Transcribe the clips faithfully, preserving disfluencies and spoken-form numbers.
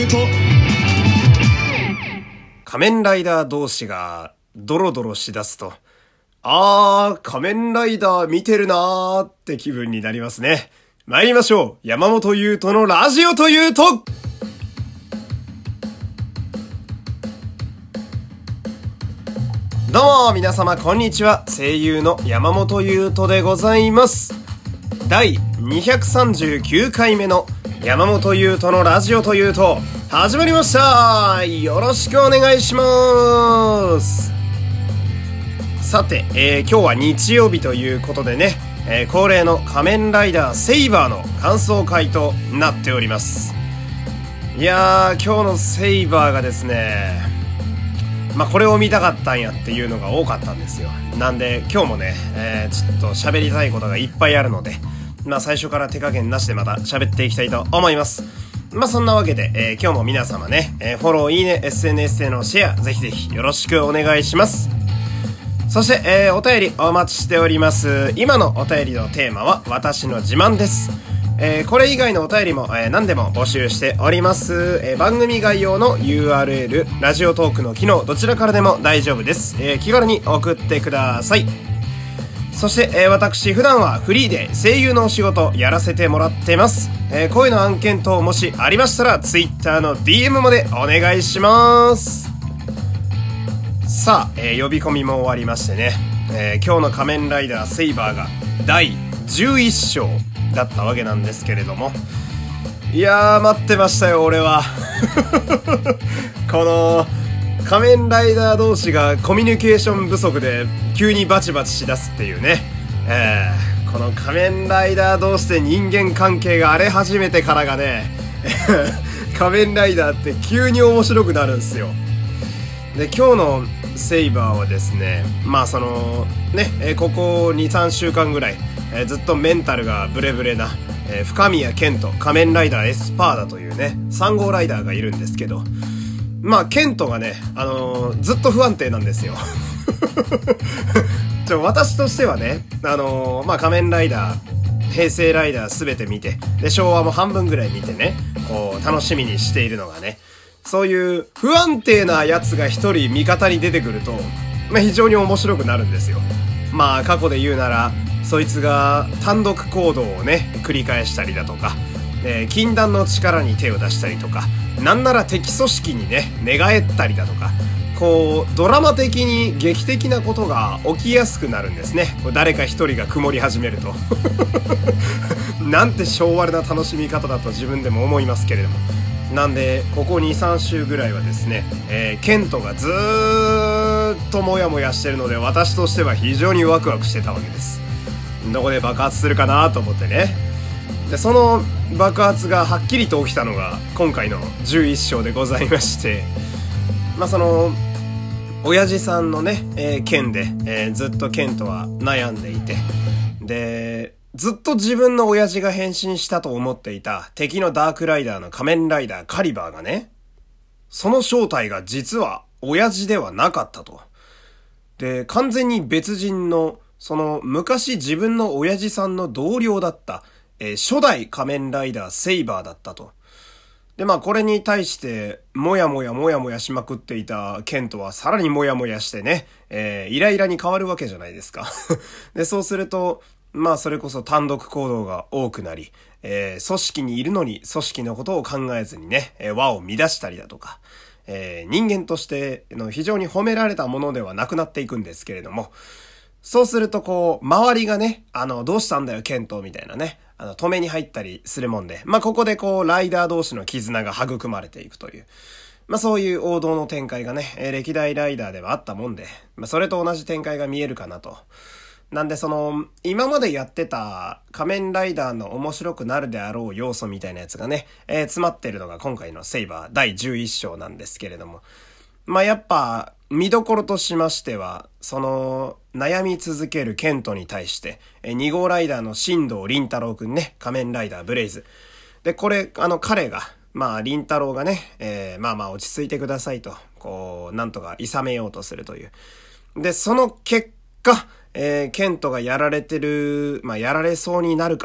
いうと、 仮面ライダー同士がドロドロしだすと、あー、仮面ライダー見てるなーって気分になりますね。参りましょう。山本優斗のラジオというと。どうも皆様こんにちは。声優の山本優斗でございます。だいにひゃくさんじゅうきゅうかいめの山本優斗のラジオというと始まりました。よろしくお願いします。さて、えー、今日は日曜日ということでね、えー、恒例の仮面ライダーセイバーの感想会となっております。いやー、今日のセイバーがですね、まあこれを見たかったんやっていうのが多かったんですよ。なんで今日もね、えー、ちょっと喋りたいことがいっぱいあるので、まあ最初から手加減なしでまた喋っていきたいと思います。まあそんなわけで、えー、今日も皆様ね、えー、フォロー、いいね、エスエヌエス でのシェア、ぜひぜひよろしくお願いします。そして、えー、お便りお待ちしております。今のお便りのテーマは私の自慢です。えー、これ以外のお便りも、えー、何でも募集しております。えー、番組概要の ユーアールエル、ラジオトークの機能、どちらからでも大丈夫です。えー、気軽に送ってください。そして、えー、私普段はフリーで声優のお仕事やらせてもらってます。えー、声の案件等もしありましたら Twitter の ディーエム までお願いします。さあ、えー、呼び込みも終わりましてね、えー、今日の仮面ライダーセイバーがだいじゅういっ章だったわけなんですけれども、いやー待ってましたよ俺はこの仮面ライダー同士がコミュニケーション不足で急にバチバチしだすっていうね、えー、この仮面ライダー同士で人間関係が荒れ始めてからがね仮面ライダーって急に面白くなるんですよ。で今日のセイバーはですね、まあそのね、えー、ここ にさんしゅうかんぐらい、えー、ずっとメンタルがブレブレな、えー、深宮健人仮面ライダーエスパーダというねさん号ライダーがいるんですけど、まあ健人がね、あのー、ずっと不安定なんですよちょ私としてはね、あのー、まあ仮面ライダー平成ライダーすべて見て、で昭和も半分ぐらい見てね、こう楽しみにしているのがね、そういう不安定なやつが一人味方に出てくると、まあ、非常に面白くなるんですよ。まあ過去で言うならそいつが単独行動をね繰り返したりだとか、えー、禁断の力に手を出したりとか、なんなら敵組織にね寝返ったりだとか、こうドラマ的に劇的なことが起きやすくなるんですね。誰か一人が曇り始めるとなんて昭和な楽しみ方だと自分でも思いますけれども、なんでここ にさん週ぐらいはですね、えー、ケントがずーっとモヤモヤしてるので、私としては非常にワクワクしてたわけです。どこで爆発するかなと思ってね。でその爆発がはっきりと起きたのが今回のじゅういっ章でございまして、まあその親父さんのね、えー、剣で、えー、ずっとケントは悩んでいて、でずっと自分の親父が変身したと思っていた敵のダークライダーの仮面ライダーカリバーがね、その正体が実は親父ではなかったと。で、完全に別人の、その昔自分の親父さんの同僚だった、えー、初代仮面ライダーセイバーだったと。で、まあこれに対してもやもやもやもやしまくっていたケントはさらにもやもやしてね、えー、イライラに変わるわけじゃないですかで、そうするとまあそれこそ単独行動が多くなり、えー、組織にいるのに組織のことを考えずにね、えー、輪を乱したりだとか、えー、人間としての非常に褒められたものではなくなっていくんですけれども、そうするとこう周りがね、あのどうしたんだよケントみたいなね、あの止めに入ったりするもんで、まあここでこうライダー同士の絆が育まれていくという、まあそういう王道の展開がね、えー、歴代ライダーではあったもんで、まあそれと同じ展開が見えるかなと。なんでその今までやってた仮面ライダーの面白くなるであろう要素みたいなやつがね、えー、詰まってるのが今回のセイバーだいじゅういっ章なんですけれども、まあやっぱ見どころとしましては、その悩み続けるケントに対して、えー、に号ライダーの新藤凛太郎くんね、仮面ライダーブレイズで、これあの彼がまあ凛太郎がね、えー、まあまあ落ち着いてくださいと、こうなんとか諌めようとするという。でその結果、えー、ケントがやられてる、まあやられそうになるか、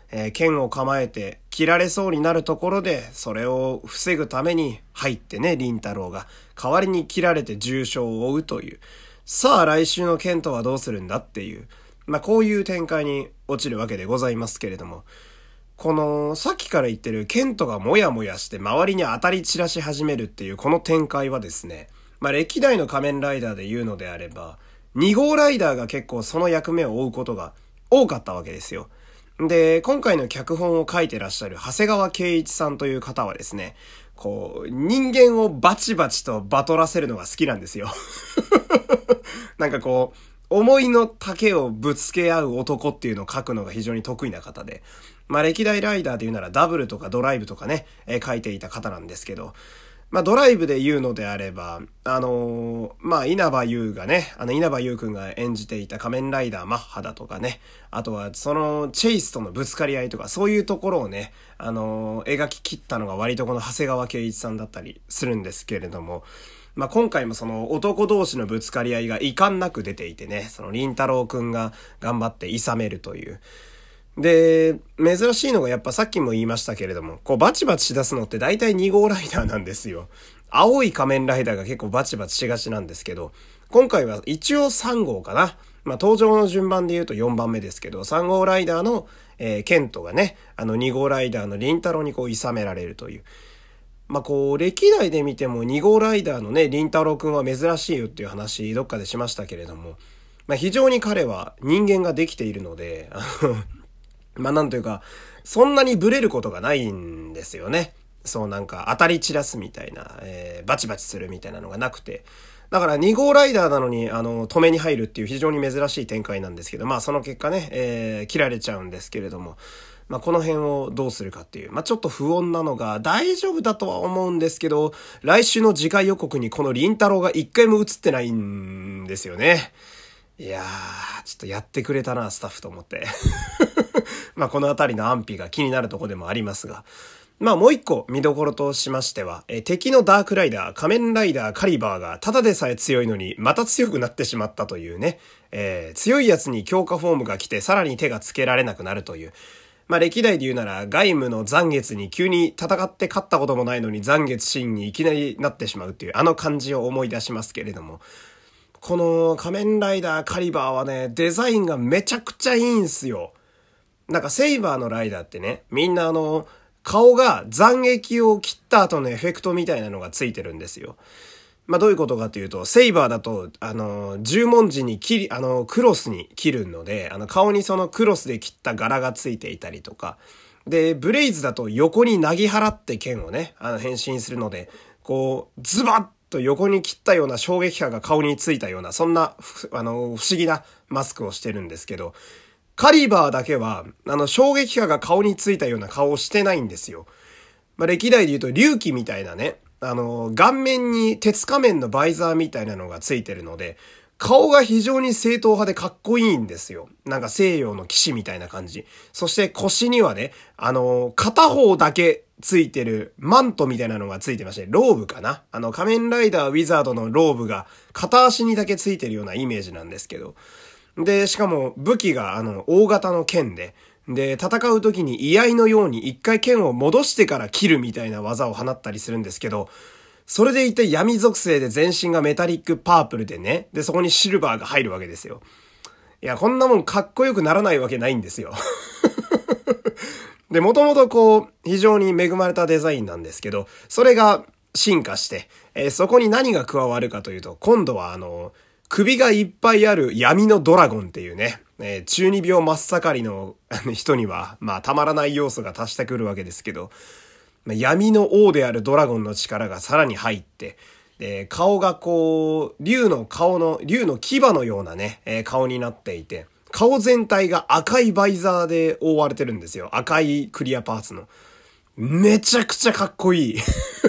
えー、剣を構えて切られそうになるところで、それを防ぐために入ってね、凛太郎が代わりに切られて重傷を負うという。さあ来週の剣とはどうするんだっていう、まあこういう展開に落ちるわけでございますけれども、このさっきから言ってるケントがモヤモヤして周りに当たり散らし始めるっていうこの展開はですね、まあ歴代の仮面ライダーで言うのであればに号ライダーが結構その役目を負うことが多かったわけですよ。で、今回の脚本を書いてらっしゃる長谷川圭一さんという方はですね、こう人間をバチバチとバトらせるのが好きなんですよ。なんかこう思いの丈をぶつけ合う男っていうのを書くのが非常に得意な方で、まあ歴代ライダーで言うならダブルとかドライブとかね、えー、書いていた方なんですけど、まあドライブで言うのであれば、あのー、まあ稲葉優がね、あの稲葉優くんが演じていた仮面ライダーマッハだとかね、あとはそのチェイスとのぶつかり合いとかそういうところをね、あのー、描き切ったのが割とこの長谷川圭一さんだったりするんですけれども、まあ、今回もその男同士のぶつかり合いが遺憾なく出ていてね、その凛太郎くんが頑張って諌めるという。で、珍しいのがやっぱさっきも言いましたけれども、こうバチバチしだすのって大体に号ライダーなんですよ。青い仮面ライダーが結構バチバチしがちなんですけど、今回は一応さん号かな。まあ、登場の順番で言うとよんばんめですけど、さん号ライダーの、えー、ケントがね、あのに号ライダーの凛太郎にこう諌められるという。まあ、こう、歴代で見てもに号ライダーのね、凛太郎くんは珍しいよっていう話、どっかでしましたけれども、まあ、非常に彼は人間ができているので、あの、まあ、なんというか、そんなにブレることがないんですよね。そうなんか当たり散らすみたいな、えー、バチバチするみたいなのがなくて。だからに号ライダーなのに、あの、止めに入るっていう非常に珍しい展開なんですけど、まあ、その結果ね、えー、切られちゃうんですけれども、まあ、この辺をどうするかっていう。まあ、ちょっと不穏なのが大丈夫だとは思うんですけど、来週の次回予告にこの凛太郎が一回も映ってないんですよね。いやー、ちょっとやってくれたな、スタッフと思って。まあ、このあたりの安否が気になるところでもありますが。まあ、もう一個見どころとしましては、え敵のダークライダー、仮面ライダー、カリバーがただでさえ強いのにまた強くなってしまったというね、えー、強いやつに強化フォームが来てさらに手がつけられなくなるという。まあ歴代で言うなら外務の残月に急に戦って勝ったこともないのに残月シーンにいきなりなってしまうっていうあの感じを思い出しますけれども、この仮面ライダーカリバーはね、デザインがめちゃくちゃいいんすよ。なんかセイバーのライダーってね、みんなあの顔が斬撃を切った後のエフェクトみたいなのがついてるんですよ。まあどういうことかというと、セイバーだと、あの、十文字に切り、あの、クロスに切るので、あの、顔にそのクロスで切った柄がついていたりとか、で、ブレイズだと横になぎ払って剣をね、あの、変身するので、こう、ズバッと横に切ったような衝撃波が顔についたような、そんな、あの、不思議なマスクをしてるんですけど、カリバーだけは、あの、衝撃波が顔についたような顔をしてないんですよ。まあ、歴代で言うと、龍騎みたいなね、あの、顔面に鉄仮面のバイザーみたいなのがついてるので、顔が非常に正統派でかっこいいんですよ。なんか西洋の騎士みたいな感じ。そして腰にはね、あの、片方だけついてるマントみたいなのがついてまして、ローブかな？あの、仮面ライダーウィザードのローブが片足にだけついてるようなイメージなんですけど。で、しかも武器があの、大型の剣で、で、戦う時に居合のように一回剣を戻してから切るみたいな技を放ったりするんですけど、それでいて闇属性で全身がメタリックパープルでね、で、そこにシルバーが入るわけですよ。いや、こんなもんかっこよくならないわけないんですよ。で、もともとこう、非常に恵まれたデザインなんですけど、それが進化して、えー、そこに何が加わるかというと、今度はあの、首がいっぱいある闇のドラゴンっていうね、えー、中二病真っ盛りの人には、まあ、たまらない要素が足してくるわけですけど、まあ、闇の王であるドラゴンの力がさらに入って、で、顔がこう、竜の顔の、竜の牙のようなね、えー、顔になっていて、顔全体が赤いバイザーで覆われてるんですよ。赤いクリアパーツの。めちゃくちゃかっこいい。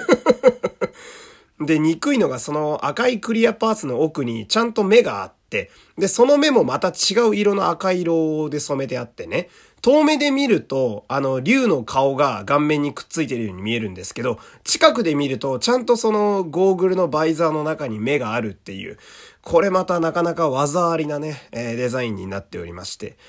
で、憎いのがその赤いクリアパーツの奥にちゃんと目があって、で、その目もまた違う色の赤色で染めてあってね、遠目で見ると、あの、竜の顔が顔面にくっついてるように見えるんですけど、近くで見ると、ちゃんとそのゴーグルのバイザーの中に目があるっていう、これまたなかなか技ありなね、えー、デザインになっておりまして、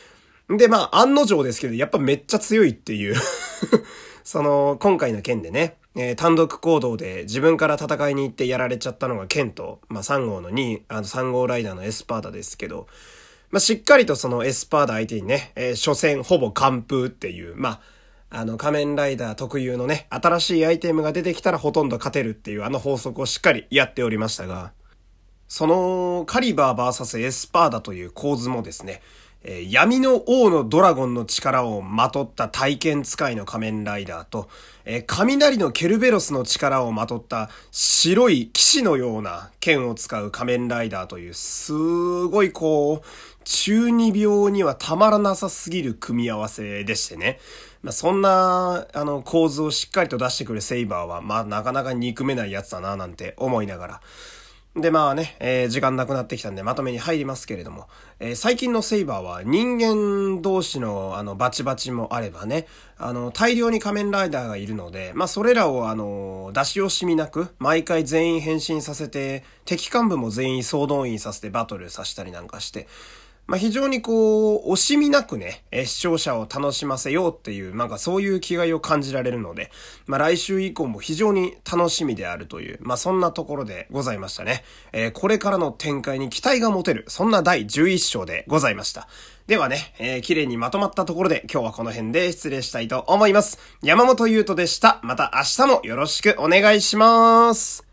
で、まあ、案の定ですけど、やっぱめっちゃ強いっていう。その、今回の件でね、えー、単独行動で自分から戦いに行ってやられちゃったのがケンと、まあ、さん号のに、あのさん号ライダーのエスパーダですけど、まあ、しっかりとそのエスパーダ相手にね、えー、初戦ほぼ完封っていう、まあ、あの仮面ライダー特有のね、新しいアイテムが出てきたらほとんど勝てるっていうあの法則をしっかりやっておりましたが、そのカリバー ブイエス エスパーダという構図もですね、えー、闇の王のドラゴンの力をまとった体験使いの仮面ライダーと、えー、雷のケルベロスの力をまとった白い騎士のような剣を使う仮面ライダーという、すごいこう、中二病にはたまらなさすぎる組み合わせでしてね。まあ、そんな、あの、構図をしっかりと出してくるセイバーは、まあ、なかなか憎めないやつだな、なんて思いながら。で、まあね、えー、時間なくなってきたんでまとめに入りますけれども、えー、最近のセイバーは人間同士のあのバチバチもあればね、あの大量に仮面ライダーがいるので、まあそれらをあの出し惜しみなく毎回全員変身させて、敵幹部も全員総動員させてバトルさせたりなんかして、まあ、非常にこう、惜しみなくね、え視聴者を楽しませようっていう、なんかそういう気概を感じられるので、まあ、来週以降も非常に楽しみであるという、まあ、そんなところでございましたね。えー、これからの展開に期待が持てる、そんなだいじゅういっ章でございました。ではね、えー、綺麗にまとまったところで今日はこの辺で失礼したいと思います。山本優斗でした。また明日もよろしくお願いします。